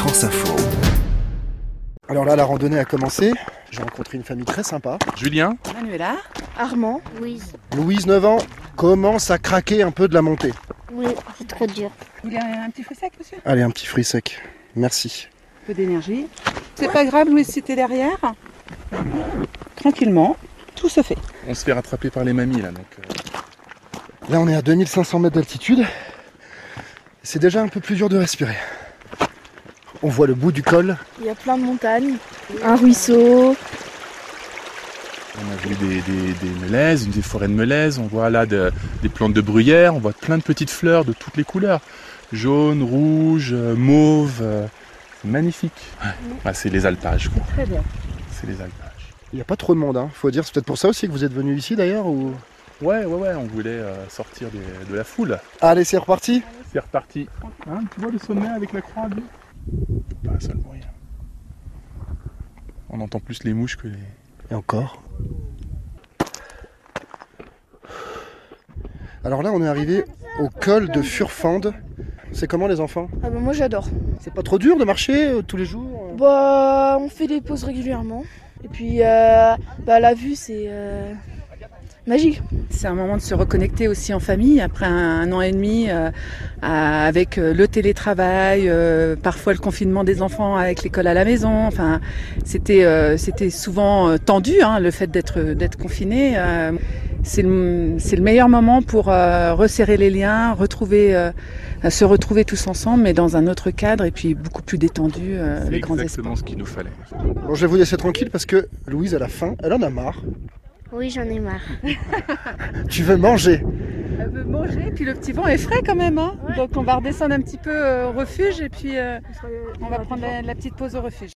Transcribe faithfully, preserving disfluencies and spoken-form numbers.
France Info. Alors là, la randonnée a commencé. J'ai rencontré une famille très sympa. Julien, Manuela, Armand. Louise. Louise, neuf ans, commence à craquer un peu de la montée. Oui, c'est trop dur. vous voulez un petit fruit sec, monsieur? Allez, un petit fruit sec. Merci. Un peu d'énergie. C'est pas grave, Louise, si t'es derrière. Tranquillement, tout se fait. on se fait rattraper par les mamies là. Donc, euh... Là, on est à deux mille cinq cents mètres d'altitude. C'est déjà un peu plus dur de respirer. On voit le bout du col. Il y a plein de montagnes, un ruisseau. On a vu des, des, des melaises, des forêts de melaises, on voit là de, des plantes de bruyère, on voit plein de petites fleurs de toutes les couleurs. Jaune, rouge, mauve, euh, c'est magnifique. Ouais. Ah, c'est les alpages quoi. Très bien. C'est les alpages. Il n'y a pas trop de monde, hein. Faut dire. C'est peut-être pour ça aussi que vous êtes venu ici d'ailleurs ou... Ouais, ouais, ouais, on voulait euh, sortir des, de la foule. Allez, c'est reparti. C'est reparti. Hein, tu vois le sommet avec la croix à lui ? Pas un seul bruit. On entend plus les mouches que les... Et encore. Alors là, on est arrivé au col de Furfande. C'est comment les enfants? Ah bah moi j'adore. C'est pas trop dur de marcher euh, tous les jours? Bah on fait des pauses régulièrement. Et puis euh, bah la vue c'est euh, magique. C'est un moment de se reconnecter aussi en famille après un, un an et demi euh, à- avec euh, le télétravail, euh, parfois le confinement des enfants avec l'école à la maison. Enfin, c'était euh, c'était souvent euh, tendu hein, le fait d'être d'être confiné. Euh, c'est le c'est le meilleur moment pour euh, resserrer les liens, retrouver euh, se retrouver tous ensemble, mais dans un autre cadre et puis beaucoup plus détendu. Euh, C'est les grands exactement espoirs. ce qu'il nous fallait. Bon, je vais vous laisser tranquille parce que Louise, à la fin, elle en a marre. Oui, j'en ai marre. Tu veux manger? Elle veut manger, puis le petit vent est frais quand même. Hein. Donc on va redescendre un petit peu euh, au refuge et puis euh, on va prendre la, la petite pause au refuge.